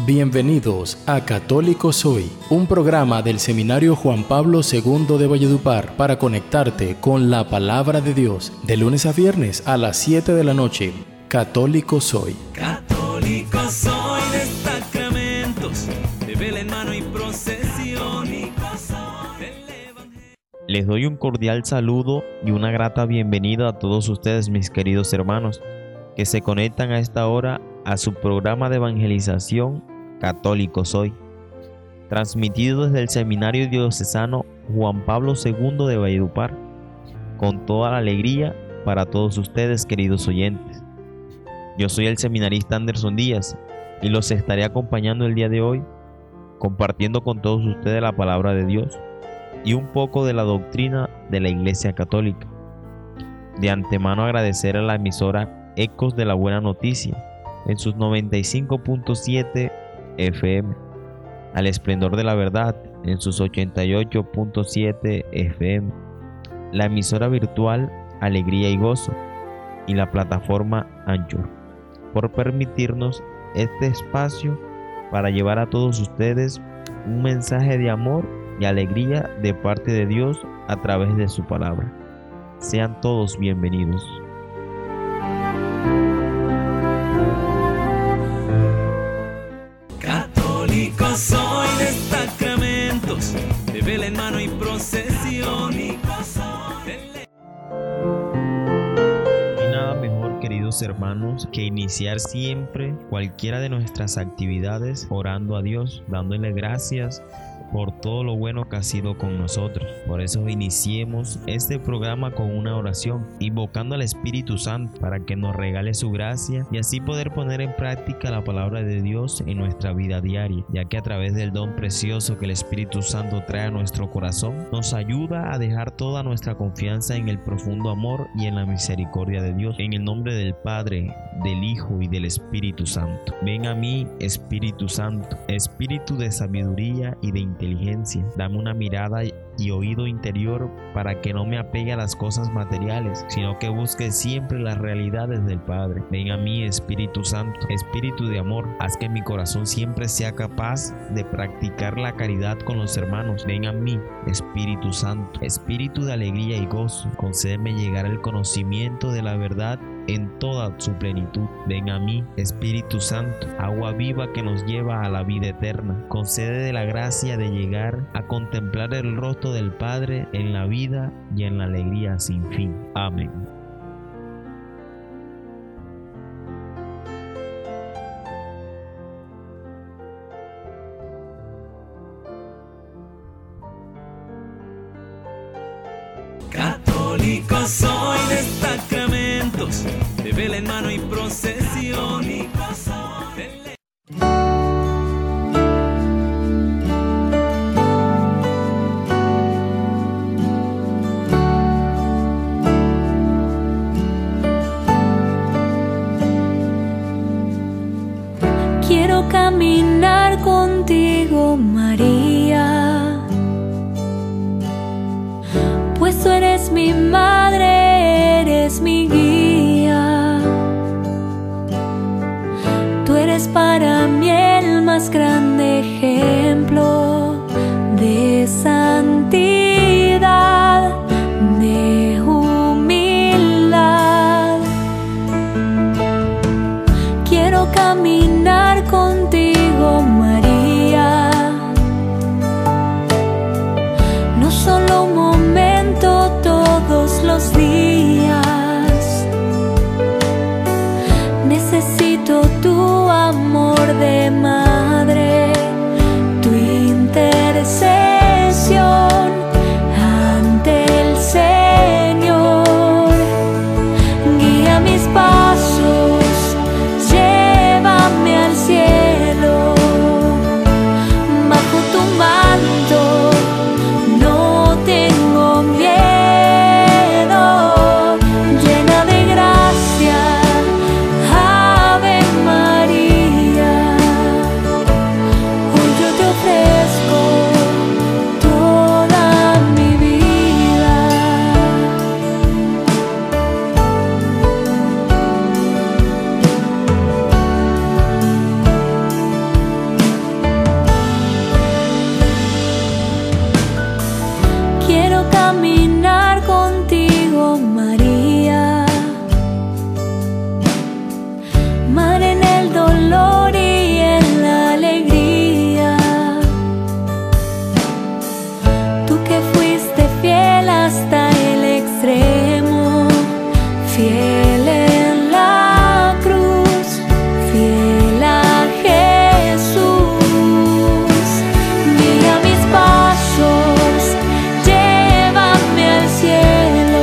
Bienvenidos a Católico Soy, un programa del Seminario Juan Pablo II de Valledupar para conectarte con la Palabra de Dios, de lunes a viernes a las 7 de la noche. Católico Soy. Católico soy de sacramentos, de vela en mano y procesión. Les doy un cordial saludo y una grata bienvenida a todos ustedes, mis queridos hermanos, que se conectan a esta hora a su programa de evangelización Católico Soy, transmitido desde el Seminario Diocesano Juan Pablo II de Valledupar, con toda la alegría para todos ustedes, queridos oyentes. Yo soy el seminarista Anderson Díaz y los estaré acompañando el día de hoy, compartiendo con todos ustedes la palabra de Dios y un poco de la doctrina de la Iglesia Católica. De antemano agradecer a la emisora Ecos de la Buena Noticia en sus 95.7 FM, al Esplendor de la Verdad en sus 88.7 FM, la emisora virtual Alegría y Gozo y la plataforma Anchor, por permitirnos este espacio para llevar a todos ustedes un mensaje de amor y alegría de parte de Dios a través de su palabra. Sean todos bienvenidos. Católico soy de sacramentos, de vela en mano y procesión. Queridos hermanos, que iniciar siempre cualquiera de nuestras actividades orando a Dios, dándole gracias por todo lo bueno que ha sido con nosotros. Por eso iniciemos este programa con una oración, invocando al Espíritu Santo para que nos regale su gracia y así poder poner en práctica la palabra de Dios en nuestra vida diaria, ya que a través del don precioso que el Espíritu Santo trae a nuestro corazón, nos ayuda a dejar toda nuestra confianza en el profundo amor y en la misericordia de Dios. En el nombre del Padre, del Hijo y del Espíritu Santo. Ven a mí, Espíritu Santo, Espíritu de sabiduría y de inteligencia. Dame una mirada y oído interior para que no me apegue a las cosas materiales, sino que busque siempre las realidades del Padre. Ven a mí, Espíritu Santo, Espíritu de amor. Haz que mi corazón siempre sea capaz de practicar la caridad con los hermanos. Ven a mí, Espíritu Santo, Espíritu de alegría y gozo. Concédeme llegar al conocimiento de la verdad en toda su plenitud. Ven a mí, Espíritu Santo, agua viva que nos lleva a la vida eterna. Concede de la gracia de llegar a contemplar el rostro del Padre en la vida y en la alegría sin fin. Amén. Católico soy de sacramentos, de vela en mano y procesión. Quiero caminar contigo, María, pues tú eres mi madre, eres mi guía. Tú eres para mí el más grande ejemplo de santidad, de humildad. Quiero caminar contigo, María, no solo un momento, todos los días. Necesito tu amor de madre, tu intercesión ante el Señor. Guía mis pasos, llévame al cielo, bajo tu manto no tengo miedo, llena de gracia, Ave María. mar en el dolor y en la alegría. Tú que fuiste fiel hasta el extremo, fiel en la cruz, fiel a Jesús. Guía mis pasos, llévame al cielo,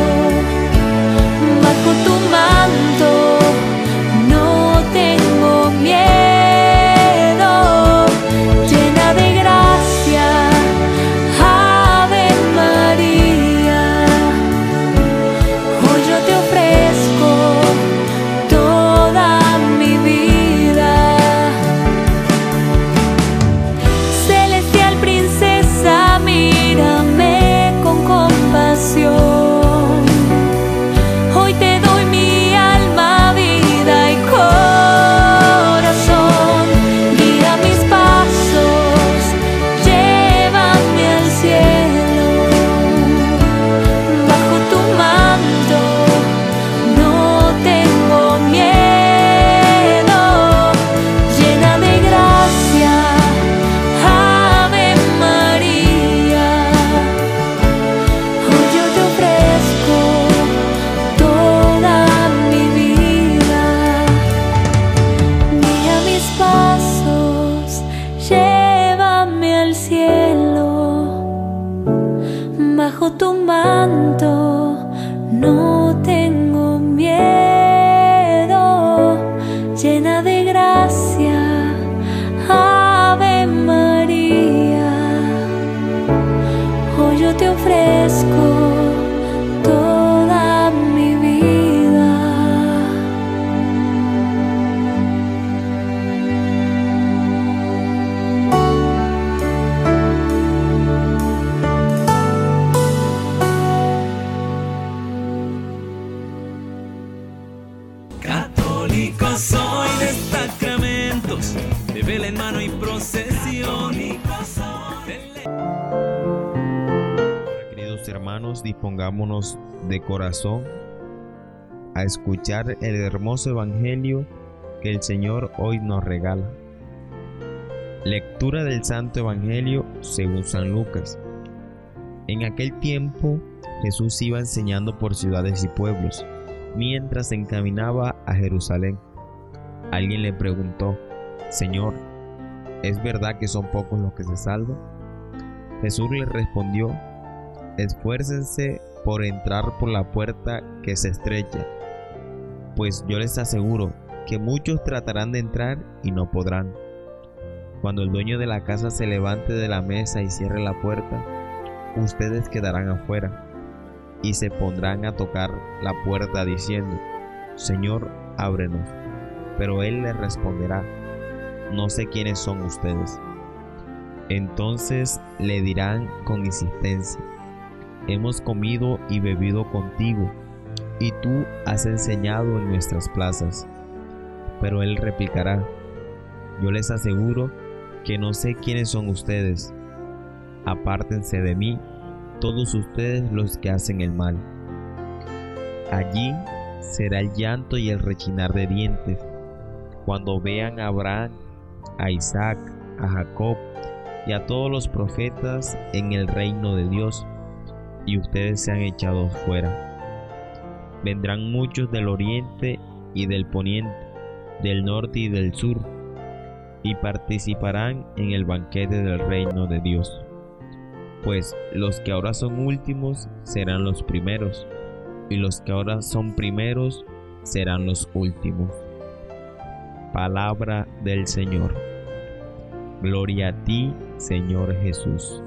bajo tu manto no tengo miedo, llena de gracia, Ave María. Hoy yo te ofrezco toda mi vida. Celestial princesa, mírame con compasión. Hoy te doy mi alma, vida y corazón. Guía mis pasos, llévame al cielo, bajo tu manto no tengo miedo, llena de gracia, Ave María. Hoy yo te ofrezco toda mi vida. Guía mis pasos, llévame al cielo, bajo tu manto no tengo miedo, llena de gracia, Ave María. Hoy yo te ofrezco toda mi vida. Católico soy de sacramentos, de vela en mano y procesión. Queridos hermanos, dispongámonos de corazón a escuchar el hermoso evangelio que el Señor hoy nos regala. Lectura del Santo Evangelio según San Lucas. En aquel tiempo Jesús iba enseñando por ciudades y pueblos, mientras se encaminaba a Jerusalén. Alguien le preguntó: Señor, ¿es verdad que son pocos los que se salvan? Jesús le respondió: esfuércense por entrar por la puerta que se estrecha, pues yo les aseguro que muchos tratarán de entrar y no podrán. Cuando el dueño de la casa se levante de la mesa y cierre la puerta, ustedes quedarán afuera y se pondrán a tocar la puerta diciendo: Señor, ábrenos. Pero él les responderá: no sé quiénes son ustedes. Entonces le dirán con insistencia: hemos comido y bebido contigo, y tú has enseñado en nuestras plazas. Pero él replicará: yo les aseguro que no sé quiénes son ustedes. Apártense de mí, todos ustedes los que hacen el mal. Allí será el llanto y el rechinar de dientes, cuando vean a Abraham, a Isaac, a Jacob y a todos los profetas en el reino de Dios, y ustedes sean echados fuera. Vendrán muchos del oriente y del poniente, del norte y del sur, y participarán en el banquete del reino de Dios. Pues los que ahora son últimos serán los primeros, y los que ahora son primeros serán los últimos. Palabra del Señor. Gloria a ti, Señor Jesús.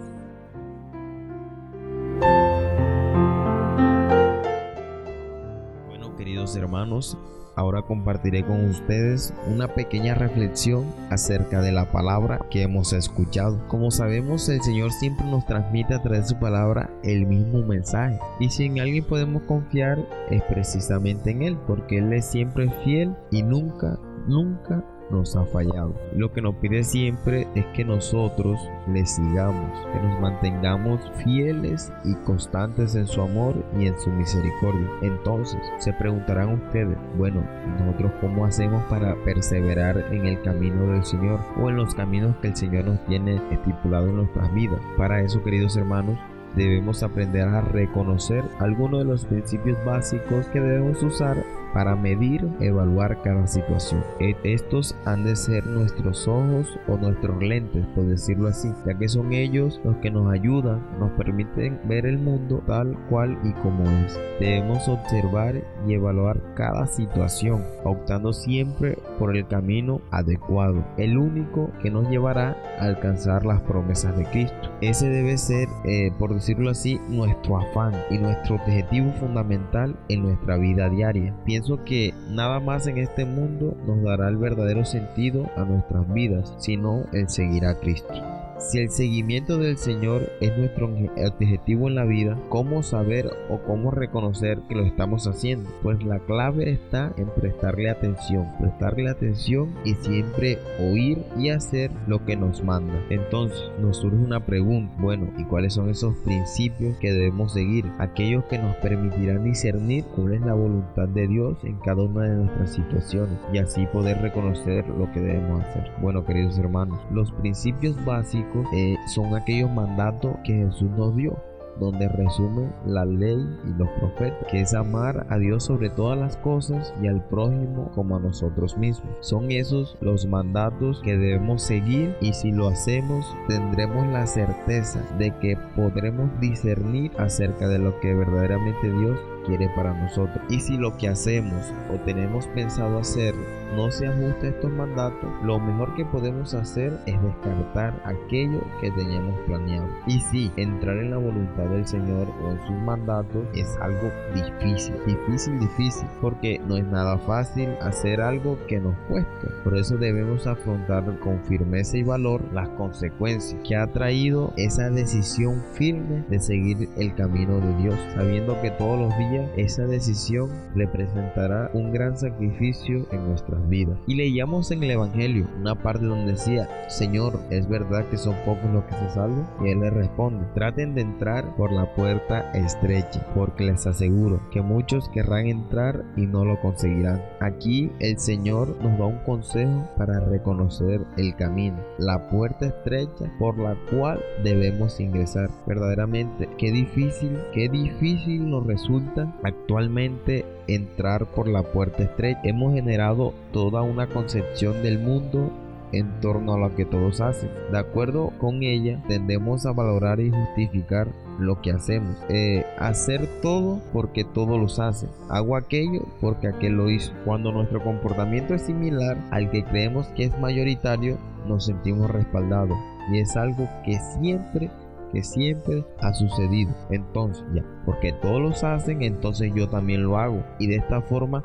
Bueno, queridos hermanos, ahora compartiré con ustedes una pequeña reflexión acerca de la palabra que hemos escuchado. Como sabemos, el Señor siempre nos transmite a través de su palabra el mismo mensaje. Y si en alguien podemos confiar, es precisamente en Él, porque Él es siempre fiel y nunca nunca nos ha fallado. Lo que nos pide siempre es que nosotros le sigamos, que nos mantengamos fieles y constantes en su amor y en su misericordia. Entonces, se preguntarán ustedes, bueno, ¿nosotros cómo hacemos para perseverar en el camino del Señor o en los caminos que el Señor nos tiene estipulado en nuestras vidas? Para eso, queridos hermanos, debemos aprender a reconocer algunos de los principios básicos que debemos usar para medir, evaluar cada situación. Estos han de ser nuestros ojos o nuestros lentes, por decirlo así, ya que son ellos los que nos ayudan, nos permiten ver el mundo tal cual y como es. Debemos observar y evaluar cada situación, optando siempre por el camino adecuado, el único que nos llevará a alcanzar las promesas de Cristo. Ese debe ser, por decirlo así, nuestro afán y nuestro objetivo fundamental en nuestra vida diaria. Pienso que nada más en este mundo nos dará el verdadero sentido a nuestras vidas, sino el seguir a Cristo. Si el seguimiento del Señor es nuestro objetivo en la vida, ¿cómo saber o cómo reconocer que lo estamos haciendo? Pues la clave está en prestarle atención y siempre oír y hacer lo que nos manda. Entonces nos surge una pregunta, bueno, ¿y cuáles son esos principios que debemos seguir? Aquellos que nos permitirán discernir cuál es la voluntad de Dios en cada una de nuestras situaciones y así poder reconocer lo que debemos hacer. Bueno, queridos hermanos, los principios básicos son aquellos mandatos que Jesús nos dio, donde resume la ley y los profetas, que es amar a Dios sobre todas las cosas y al prójimo como a nosotros mismos. Son esos los mandatos que debemos seguir, y si lo hacemos tendremos la certeza de que podremos discernir acerca de lo que verdaderamente Dios quiere para nosotros. Y si lo que hacemos o tenemos pensado hacer no se ajusta a estos mandatos, lo mejor que podemos hacer es descartar aquello que teníamos planeado. Y sí, entrar en la voluntad del Señor o en sus mandatos es algo difícil, porque no es nada fácil hacer algo que nos cuesta. Por eso debemos afrontar con firmeza y valor las consecuencias que ha traído esa decisión firme de seguir el camino de Dios, sabiendo que todos los días esa decisión representará un gran sacrificio en nuestras vidas. Y leíamos en el Evangelio una parte donde decía: Señor, ¿es verdad que son pocos los que se salvan? Y Él le responde: traten de entrar por la puerta estrecha, porque les aseguro que muchos querrán entrar y no lo conseguirán. Aquí el Señor nos da un consejo para reconocer el camino, la puerta estrecha por la cual debemos ingresar. Verdaderamente, qué difícil nos resulta actualmente entrar por la puerta estrecha. Hemos generado toda una concepción del mundo en torno a lo que todos hacen. De acuerdo con ella, tendemos a valorar y justificar lo que hacemos. Hacer todo porque todos los hacen. Hago aquello porque aquel lo hizo. Cuando nuestro comportamiento es similar al que creemos que es mayoritario, nos sentimos respaldados. Y es algo que siempre ha sucedido. Entonces, porque todos los hacen, entonces yo también lo hago, y de esta forma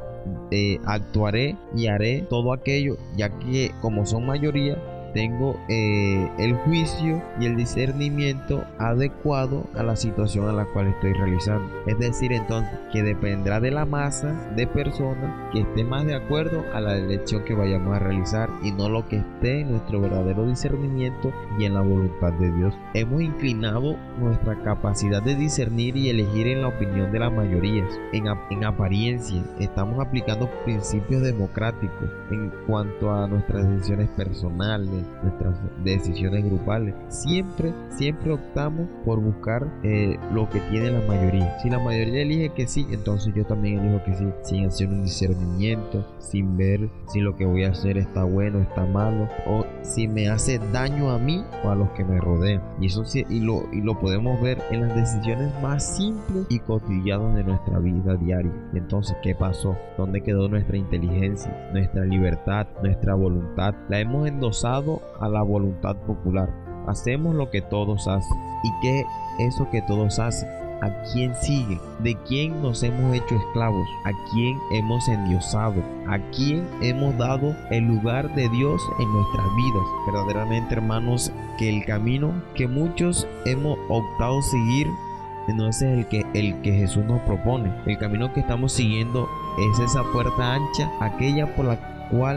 actuaré y haré todo aquello, ya que como son mayoría, tengo el juicio y el discernimiento adecuado a la situación a la cual estoy realizando. Es decir, entonces, que dependerá de la masa de personas que esté más de acuerdo a la elección que vayamos a realizar, y no lo que esté en nuestro verdadero discernimiento y en la voluntad de Dios. Hemos inclinado nuestra capacidad de discernir y elegir en la opinión de las mayorías. En apariencia, estamos aplicando principios democráticos en cuanto a nuestras decisiones personales, nuestras decisiones grupales. Siempre optamos por buscar lo que tiene la mayoría. Si la mayoría elige que sí, entonces yo también elijo que sí, sin hacer un discernimiento, sin ver si lo que voy a hacer está bueno, está malo, o si me hace daño a mí o a los que me rodean. Y eso sí, y lo podemos ver en las decisiones más simples y cotidianas de nuestra vida diaria. Y entonces, ¿qué pasó? ¿Dónde quedó nuestra inteligencia, nuestra libertad, nuestra voluntad? La hemos endosado a la voluntad popular. Hacemos lo que todos hacen. ¿Y qué es eso que todos hacen? ¿A quién sigue? ¿De quién nos hemos hecho esclavos? ¿A quién hemos endiosado? ¿A quién hemos dado el lugar de Dios en nuestras vidas? Verdaderamente, hermanos, que el camino que muchos hemos optado seguir no es el que Jesús nos propone. El camino que estamos siguiendo es esa puerta ancha, aquella por la cual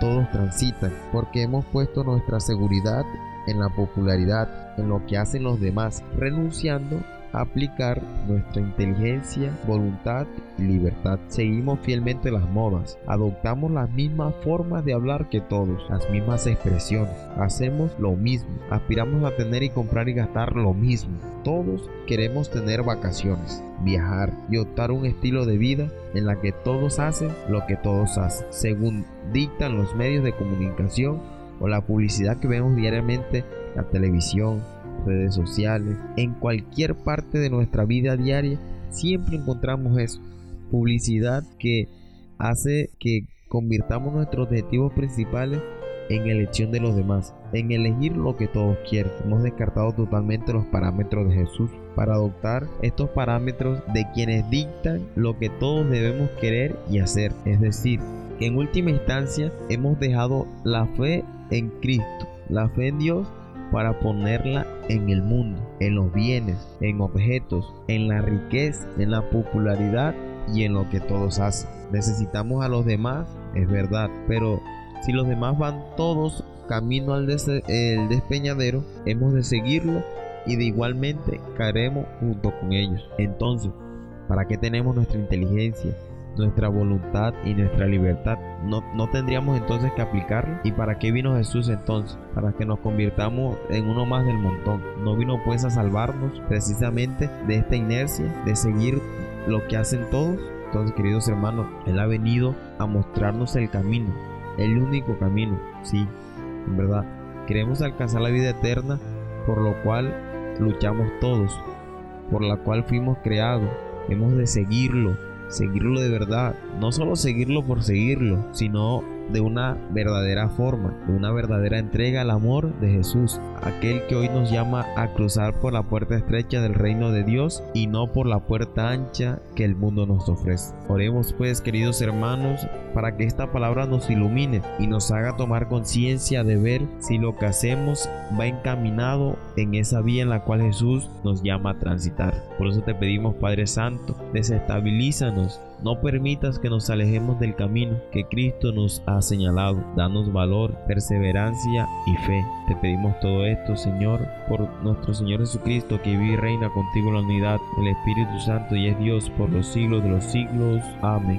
todos transitan, porque hemos puesto nuestra seguridad en la popularidad, en lo que hacen los demás, renunciando a aplicar nuestra inteligencia, voluntad y libertad. Seguimos fielmente las modas, adoptamos las mismas formas de hablar que todos, las mismas expresiones, hacemos lo mismo, aspiramos a tener y comprar y gastar lo mismo. Todos queremos tener vacaciones, viajar y optar un estilo de vida en la que todos hacen lo que todos hacen, según dictan los medios de comunicación o la publicidad que vemos diariamente en la televisión, redes sociales. En cualquier parte de nuestra vida diaria siempre encontramos eso, publicidad que hace que convirtamos nuestros objetivos principales en elección de los demás, en elegir lo que todos quieren. Hemos descartado totalmente los parámetros de Jesús para adoptar estos parámetros de quienes dictan lo que todos debemos querer y hacer. Es decir, que en última instancia hemos dejado la fe en Cristo, la fe en Dios, para ponerla en el mundo, en los bienes, en objetos, en la riqueza, en la popularidad y en lo que todos hacen. Necesitamos a los demás, es verdad, pero si los demás van todos camino al despeñadero, hemos de seguirlo y de igualmente caeremos junto con ellos. Entonces, ¿para qué tenemos nuestra inteligencia, nuestra voluntad y nuestra libertad? ¿No tendríamos entonces que aplicarlo? ¿Y para qué vino Jesús entonces? Para que nos convirtamos en uno más del montón. ¿No vino pues a salvarnos precisamente de esta inercia de seguir lo que hacen todos? Entonces, queridos hermanos, Él ha venido a mostrarnos el camino, el único camino. Sí, en verdad, queremos alcanzar la vida eterna, por lo cual luchamos todos, por la cual fuimos creados. Hemos de seguirlo de verdad, no solo seguirlo por seguirlo, sino de una verdadera forma, de una verdadera entrega al amor de Jesús, aquel que hoy nos llama a cruzar por la puerta estrecha del reino de Dios y no por la puerta ancha que el mundo nos ofrece. Oremos pues, queridos hermanos, para que esta palabra nos ilumine y nos haga tomar conciencia de ver si lo que hacemos va encaminado en esa vía en la cual Jesús nos llama a transitar. Por eso te pedimos, Padre Santo, desestabilízanos. No permitas que nos alejemos del camino que Cristo nos ha señalado. Danos valor, perseverancia y fe. Te pedimos todo esto, Señor, por nuestro Señor Jesucristo, que vive y reina contigo en la unidad, el Espíritu Santo, y es Dios por los siglos de los siglos. Amén.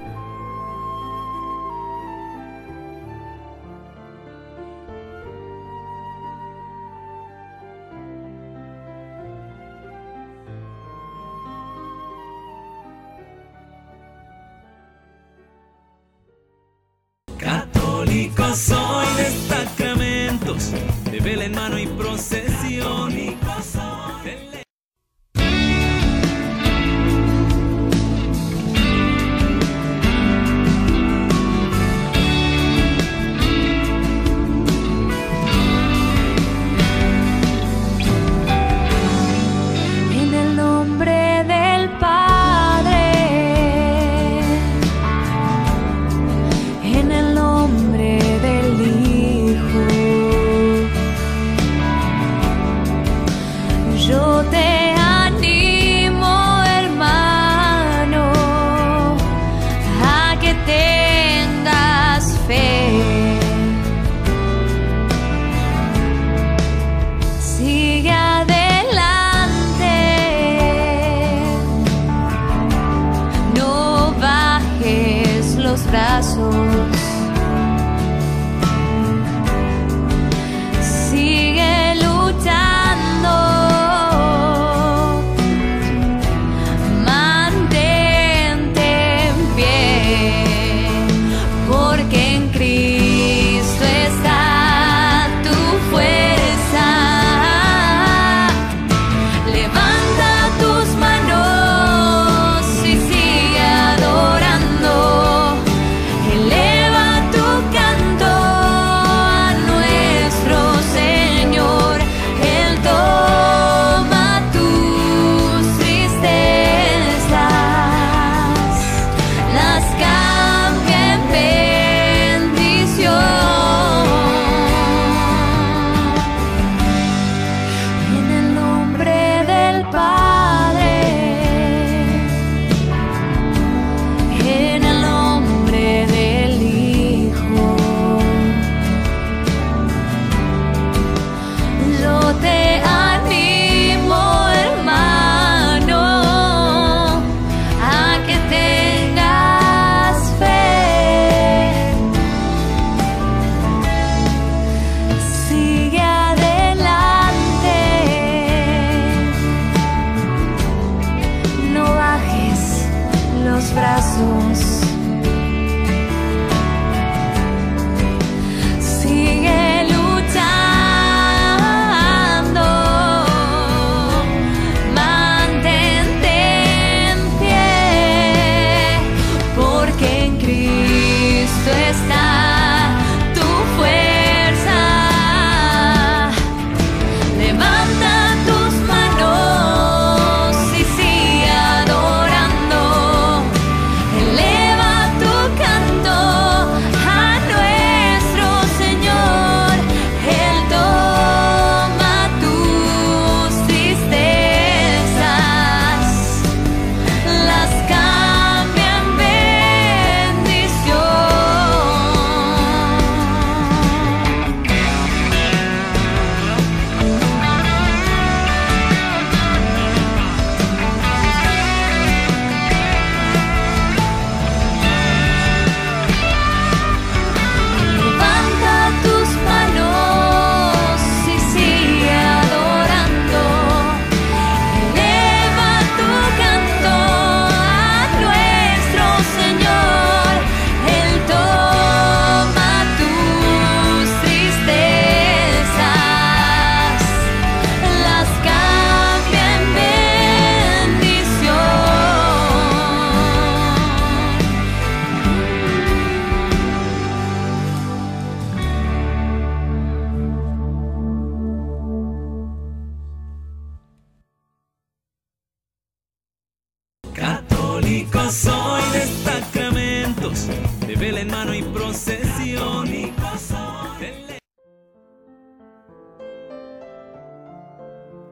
Católico soy de sacramentos, de vela en mano y procesión. En el nombre del Padre, en el nombre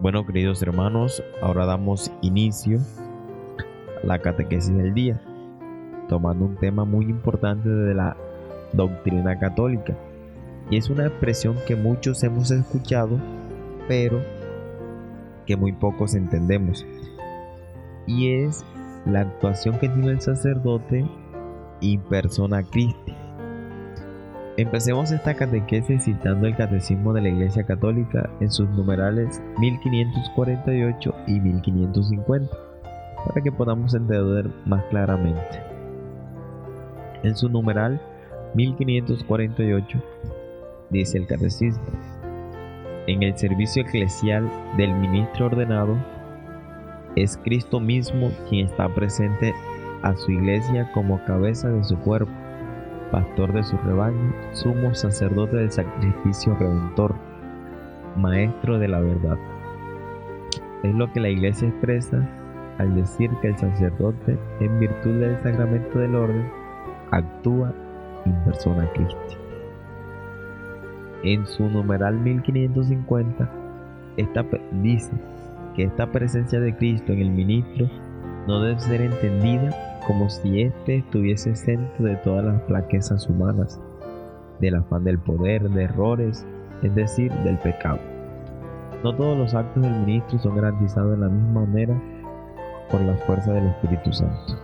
Bueno, queridos hermanos, ahora damos inicio a la catequesis del día, tomando un tema muy importante de la doctrina católica. Y es una expresión que muchos hemos escuchado, pero que muy pocos entendemos. Y es la actuación que tiene el sacerdote in persona Christi. Empecemos esta catequesis citando el Catecismo de la Iglesia Católica en sus numerales 1548 y 1550, para que podamos entender más claramente. En su numeral 1548 dice el Catecismo: en el servicio eclesial del ministro ordenado, es Cristo mismo quien está presente a su Iglesia como cabeza de su cuerpo, pastor de su rebaño, sumo sacerdote del sacrificio redentor, maestro de la verdad. Es lo que la Iglesia expresa al decir que el sacerdote, en virtud del sacramento del orden, actúa in persona Christi. En su numeral 1550 dice que esta presencia de Cristo en el ministro no debe ser entendida como si éste estuviese exento de todas las flaquezas humanas, del afán del poder, de errores, es decir, del pecado. No todos los actos del ministro son garantizados de la misma manera por la fuerza del Espíritu Santo.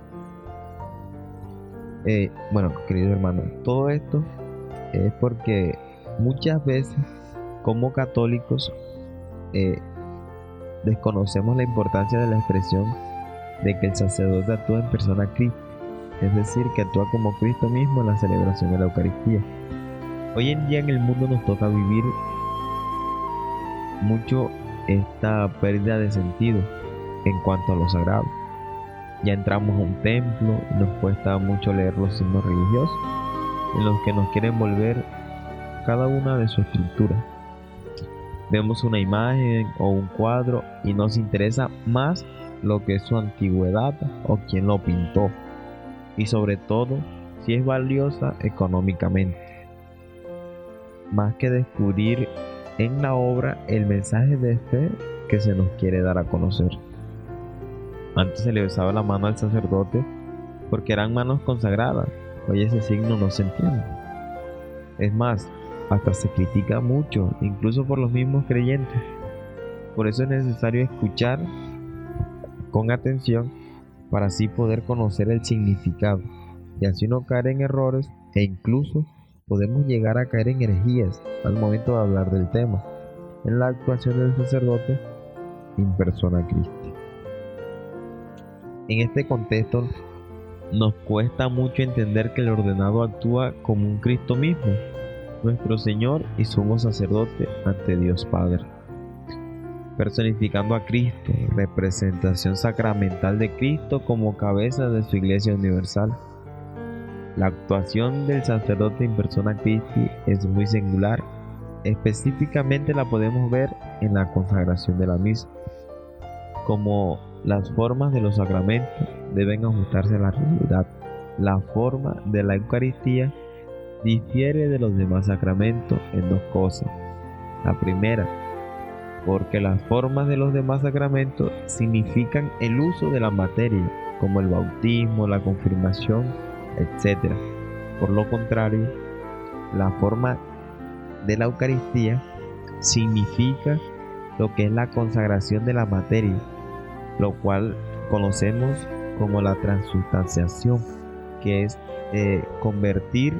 Bueno, queridos hermanos, todo esto es porque muchas veces como católicos desconocemos la importancia de la expresión de que el sacerdote actúa en persona Cristo, es decir, que actúa como Cristo mismo en la celebración de la Eucaristía. Hoy en día en el mundo nos toca vivir mucho esta pérdida de sentido en cuanto a lo sagrado. Ya entramos a un templo y nos cuesta mucho leer los signos religiosos, en los que nos quieren volver cada una de su estructura. Vemos una imagen o un cuadro y nos interesa más lo que es su antigüedad o quién lo pintó, y sobre todo si es valiosa económicamente, más que descubrir en la obra el mensaje de fe que se nos quiere dar a conocer. Antes se le besaba la mano al sacerdote porque eran manos consagradas. Hoy ese signo no se entiende. Es más, hasta se critica mucho, incluso por los mismos creyentes. Por eso es necesario escuchar con atención para así poder conocer el significado y así no caer en errores, e incluso podemos llegar a caer en herejías al momento de hablar del tema, en la actuación del sacerdote in persona Christi. En este contexto nos cuesta mucho entender que el ordenado actúa como un Cristo mismo, nuestro Señor y sumo sacerdote ante Dios Padre, personificando a Cristo, representación sacramental de Cristo como cabeza de su Iglesia universal. La actuación del sacerdote in persona Christi es muy singular. Específicamente la podemos ver en la consagración de la misa. Como las formas de los sacramentos deben ajustarse a la realidad, la forma de la Eucaristía difiere de los demás sacramentos en dos cosas. La primera, porque las formas de los demás sacramentos significan el uso de la materia, como el bautismo, la confirmación, etc. Por lo contrario, la forma de la Eucaristía significa lo que es la consagración de la materia, lo cual conocemos como la transubstanciación, que es convertir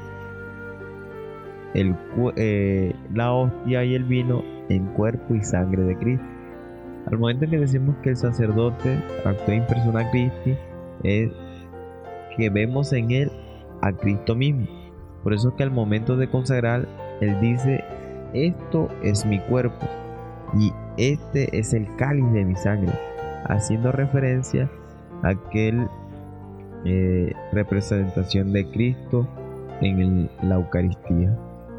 la hostia y el vino en cuerpo y sangre de Cristo. Al momento en que decimos que el sacerdote actúa in persona Christi, es que vemos en él a Cristo mismo. Por eso es que al momento de consagrar, él dice: esto es mi cuerpo y este es el cáliz de mi sangre, haciendo referencia a aquel representación de Cristo en la Eucaristía.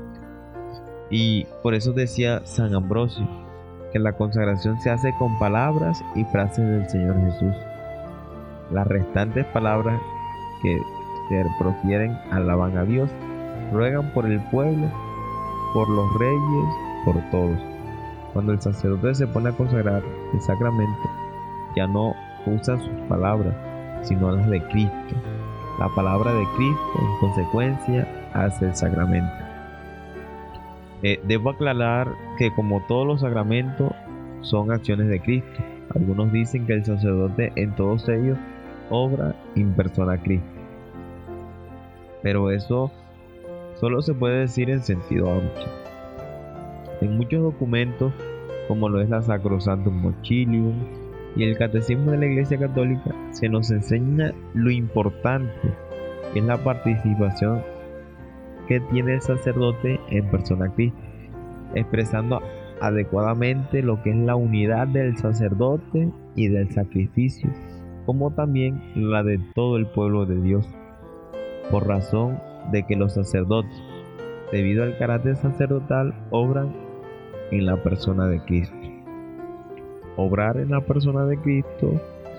Y por eso decía San Ambrosio que la consagración se hace con palabras y frases del Señor Jesús. Las restantes palabras que se profieren alaban a Dios, ruegan por el pueblo, por los reyes, por todos. Cuando el sacerdote se pone a consagrar el sacramento, ya no usa sus palabras, sino las de Cristo. La palabra de Cristo, en consecuencia, hace el sacramento. Debo aclarar que como todos los sacramentos son acciones de Cristo. Algunos dicen que el sacerdote en todos ellos obra in persona Cristo. Pero eso solo se puede decir en sentido amplio. En muchos documentos, como lo es la Sacrosanctum Concilium y el Catecismo de la Iglesia Católica, se nos enseña lo importante que es la participación que tiene el sacerdote en persona Cristo, expresando adecuadamente lo que es la unidad del sacerdote y del sacrificio, como también la de todo el pueblo de Dios, por razón de que los sacerdotes, debido al carácter sacerdotal, obran en la persona de Cristo. Obrar en la persona de Cristo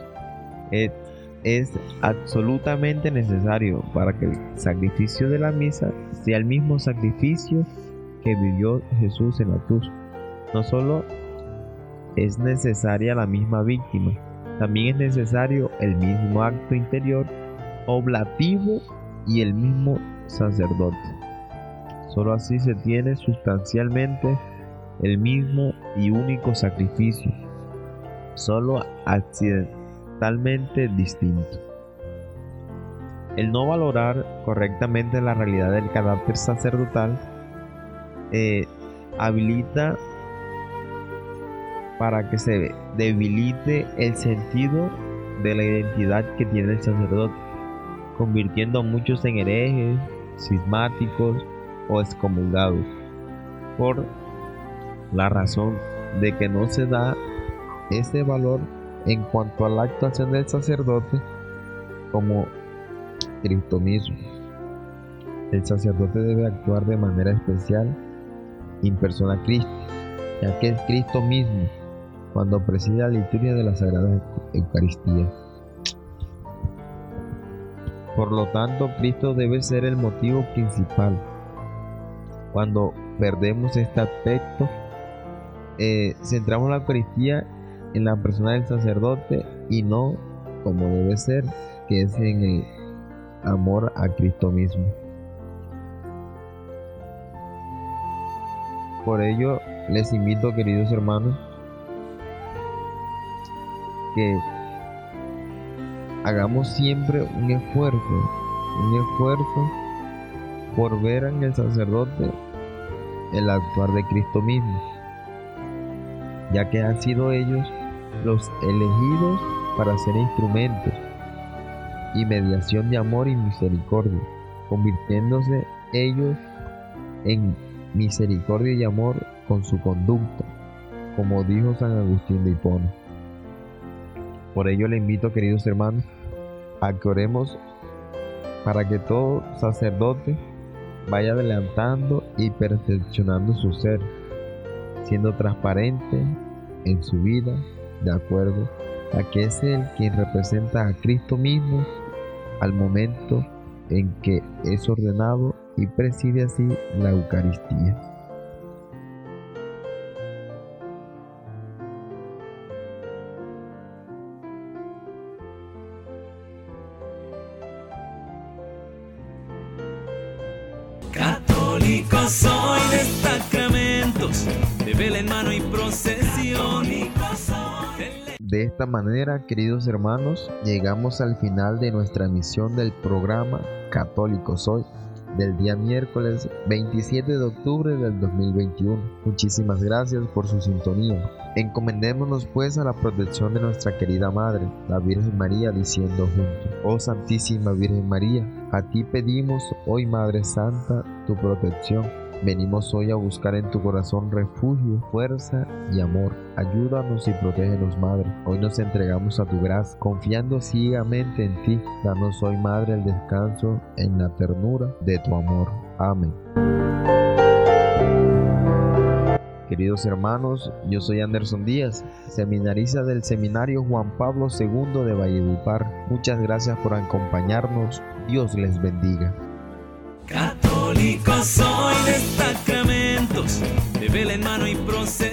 es absolutamente necesario para que el sacrificio de la misa sea el mismo sacrificio que vivió Jesús en la cruz. No solo es necesaria la misma víctima, también es necesario el mismo acto interior oblativo y el mismo sacerdote. Solo así se tiene sustancialmente el mismo y único sacrificio, solo accidentalmente distinto. El no valorar correctamente la realidad del carácter sacerdotal habilita para que se debilite el sentido de la identidad que tiene el sacerdote, convirtiendo a muchos en herejes, cismáticos o excomulgados, por la razón de que no se da ese valor en cuanto a la actuación del sacerdote como Cristo mismo. El sacerdote debe actuar de manera especial in persona Christi, ya que es Cristo mismo cuando preside la liturgia de la Sagrada Eucaristía. Por lo tanto, Cristo debe ser el motivo principal. Cuando perdemos este aspecto, centramos la Eucaristía en la persona del sacerdote y no como debe ser, que es en el amor a Cristo mismo. Por ello, les invito, queridos hermanos, que hagamos siempre un esfuerzo por ver en el sacerdote el actuar de Cristo mismo, ya que han sido ellos los elegidos para ser instrumentos y mediación de amor y misericordia, convirtiéndose ellos en misericordia y amor con su conducta, como dijo San Agustín de Hipona. Por ello le invito, queridos hermanos, a que oremos para que todo sacerdote vaya adelantando y perfeccionando su ser, siendo transparente en su vida, de acuerdo a que es Él quien representa a Cristo mismo al momento en que es ordenado y preside así la Eucaristía. Católico soy de sacramentos, de vela en mano y procesión. De esta manera, queridos hermanos, llegamos al final de nuestra emisión del programa Católico Soy del día miércoles 27 de octubre del 2021. Muchísimas gracias por su sintonía. Encomendémonos pues a la protección de nuestra querida Madre, la Virgen María, diciendo juntos: Oh Santísima Virgen María, a ti pedimos hoy, Madre Santa, tu protección. Venimos hoy a buscar en tu corazón refugio, fuerza y amor. Ayúdanos y protégenos, Madre. Hoy nos entregamos a tu gracia, confiando ciegamente en ti. Danos hoy, Madre, el descanso en la ternura de tu amor. Amén. Queridos hermanos, yo soy Anderson Díaz, seminarista del Seminario Juan Pablo II de Valledupar. Muchas gracias por acompañarnos. Dios les bendiga. Católico soy de sacramentos, de vela en mano y procesión.